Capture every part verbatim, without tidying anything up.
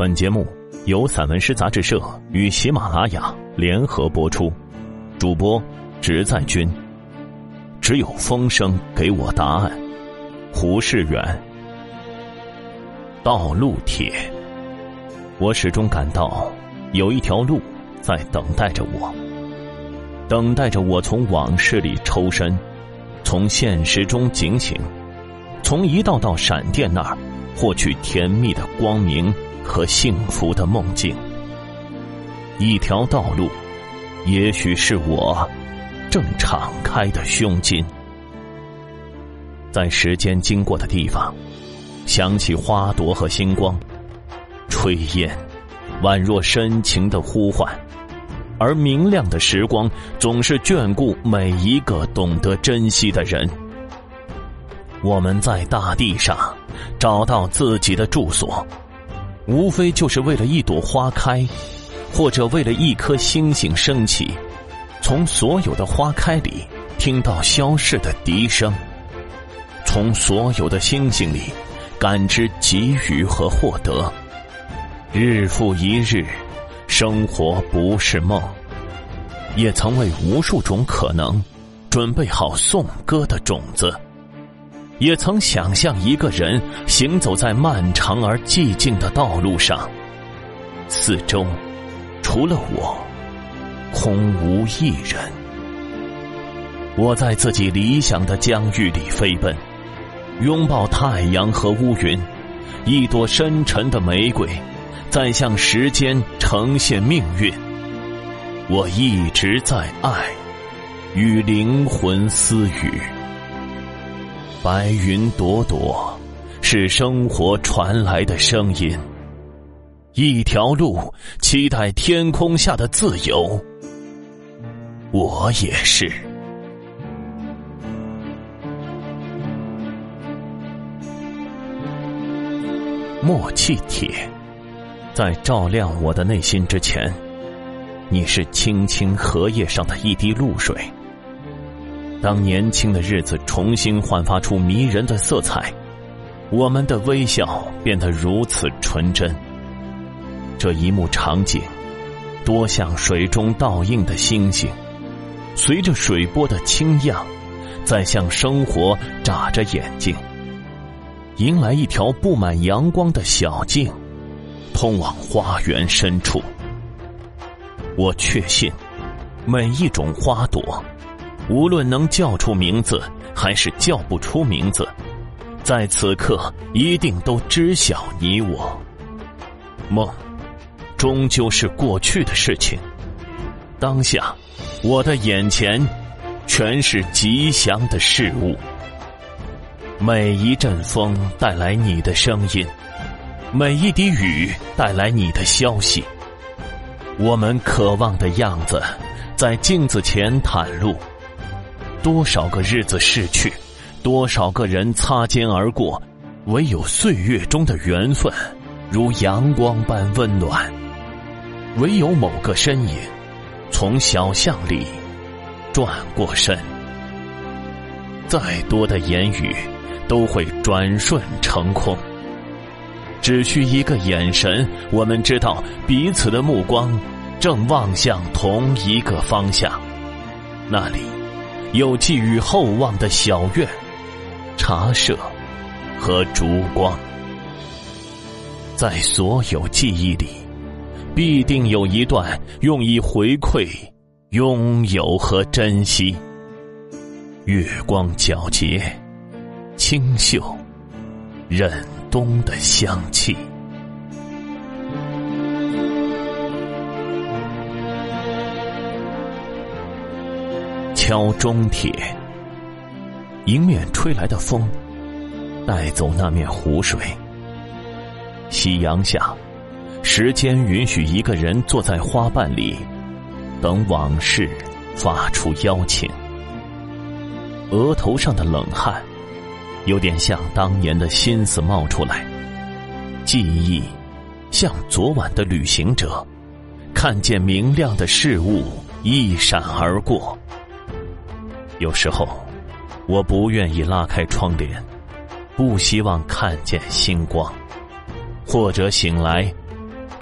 本节目由散文诗杂志社与喜马拉雅联合播出，主播直在君。只有风声给我答案。胡世远。道路帖。我始终感到有一条路在等待着我，等待着我从往事里抽身，从现实中警醒，从一道道闪电那儿获取甜蜜的光明和幸福的梦境。一条道路，也许是我正敞开的胸襟。在时间经过的地方，想起花朵和星光，炊烟宛若深情的呼唤，而明亮的时光总是眷顾每一个懂得珍惜的人。我们在大地上找到自己的住所，无非就是为了一朵花开，或者为了一颗星星升起，从所有的花开里听到消逝的笛声，从所有的星星里感知给予和获得。日复一日，生活不是梦，也曾为无数种可能准备好颂歌的种子，也曾想象一个人行走在漫长而寂静的道路上，四周除了我，空无一人。我在自己理想的疆域里飞奔，拥抱太阳和乌云，一朵深沉的玫瑰在向时间呈现命运。我一直在爱，与灵魂私语。白云朵朵，是生活传来的声音。一条路，期待天空下的自由。我也是。默契帖。在照亮我的内心之前，你是青青荷叶上的一滴露水。当年轻的日子重新焕发出迷人的色彩，我们的微笑变得如此纯真。这一幕场景，多像水中倒映的星星，随着水波的轻漾，在向生活眨着眼睛，迎来一条布满阳光的小径，通往花园深处。我确信，每一种花朵，无论能叫出名字还是叫不出名字，在此刻一定都知晓你我。梦终究是过去的事情，当下我的眼前全是吉祥的事物。每一阵风带来你的声音，每一滴雨带来你的消息。我们渴望的样子在镜子前袒露，多少个日子逝去，多少个人擦肩而过，唯有岁月中的缘分如阳光般温暖，唯有某个身影从小巷里转过身。再多的言语都会转瞬成空，只需一个眼神，我们知道彼此的目光正望向同一个方向。那里有寄予厚望的小院、茶舍和烛光。在所有记忆里，必定有一段用以回馈拥有和珍惜。月光皎洁，清秀忍冬的香气。敲钟帖。迎面吹来的风带走那面湖水。夕阳下，时间允许一个人坐在花瓣里，等往事发出邀请。额头上的冷汗有点像当年的心思冒出来，记忆像昨晚的旅行者，看见明亮的事物一闪而过。有时候我不愿意拉开窗帘，不希望看见星光，或者醒来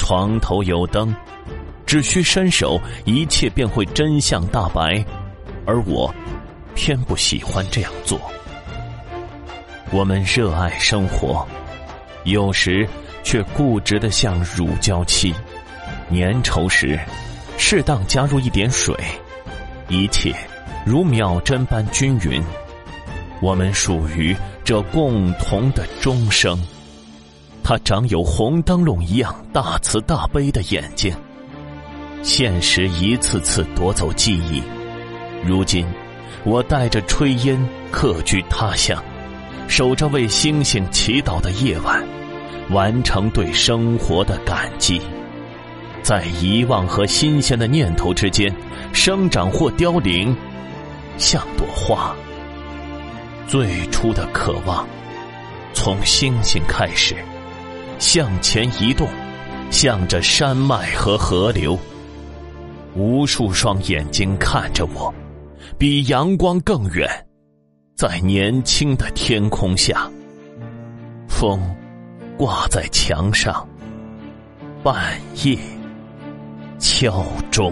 床头有灯，只需伸手，一切便会真相大白，而我偏不喜欢这样做。我们热爱生活，有时却固执得像乳胶漆，粘稠时适当加入一点水，一切如秒针般均匀。我们属于这共同的钟声，它长有红灯笼一样大慈大悲的眼睛。现实一次次夺走记忆，如今我带着炊烟客居他乡，守着为星星祈祷的夜晚，完成对生活的感激。在遗忘和新鲜的念头之间生长或凋零，像朵花。最初的渴望从星星开始，向前移动，向着山脉和河流。无数双眼睛看着我，比阳光更远。在年轻的天空下，风挂在墙上，半夜敲钟。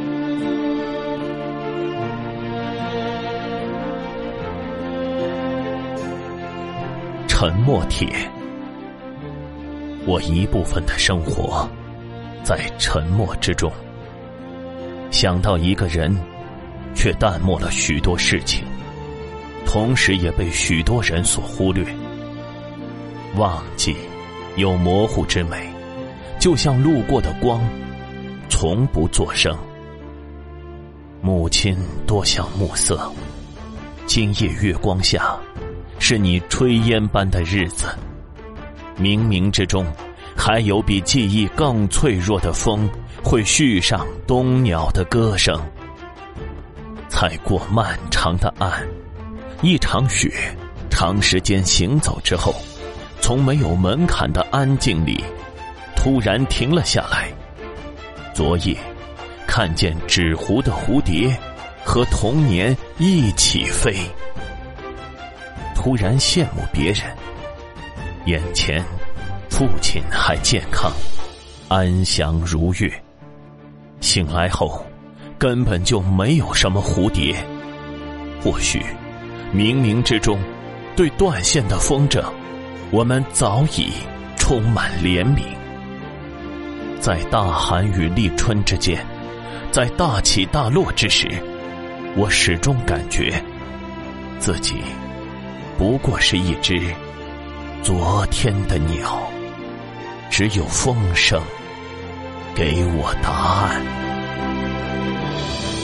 沉默帖。我一部分的生活在沉默之中，想到一个人，却淡漠了许多事情，同时也被许多人所忽略。忘记有模糊之美，就像路过的光，从不作声。母亲多像暮色，今夜月光下，是你炊烟般的日子。冥冥之中，还有比记忆更脆弱的风，会续上冬鸟的歌声。踩过漫长的岸，一场雪，长时间行走之后，从没有门槛的安静里，突然停了下来。昨夜，看见纸糊的蝴蝶和童年一起飞。突然羡慕别人，眼前父亲还健康，安详如月。醒来后，根本就没有什么蝴蝶。或许冥冥之中，对断线的风筝，我们早已充满怜悯。在大寒与立春之间，在大起大落之时，我始终感觉自己不过是一只昨天的鸟，只有风声给我答案。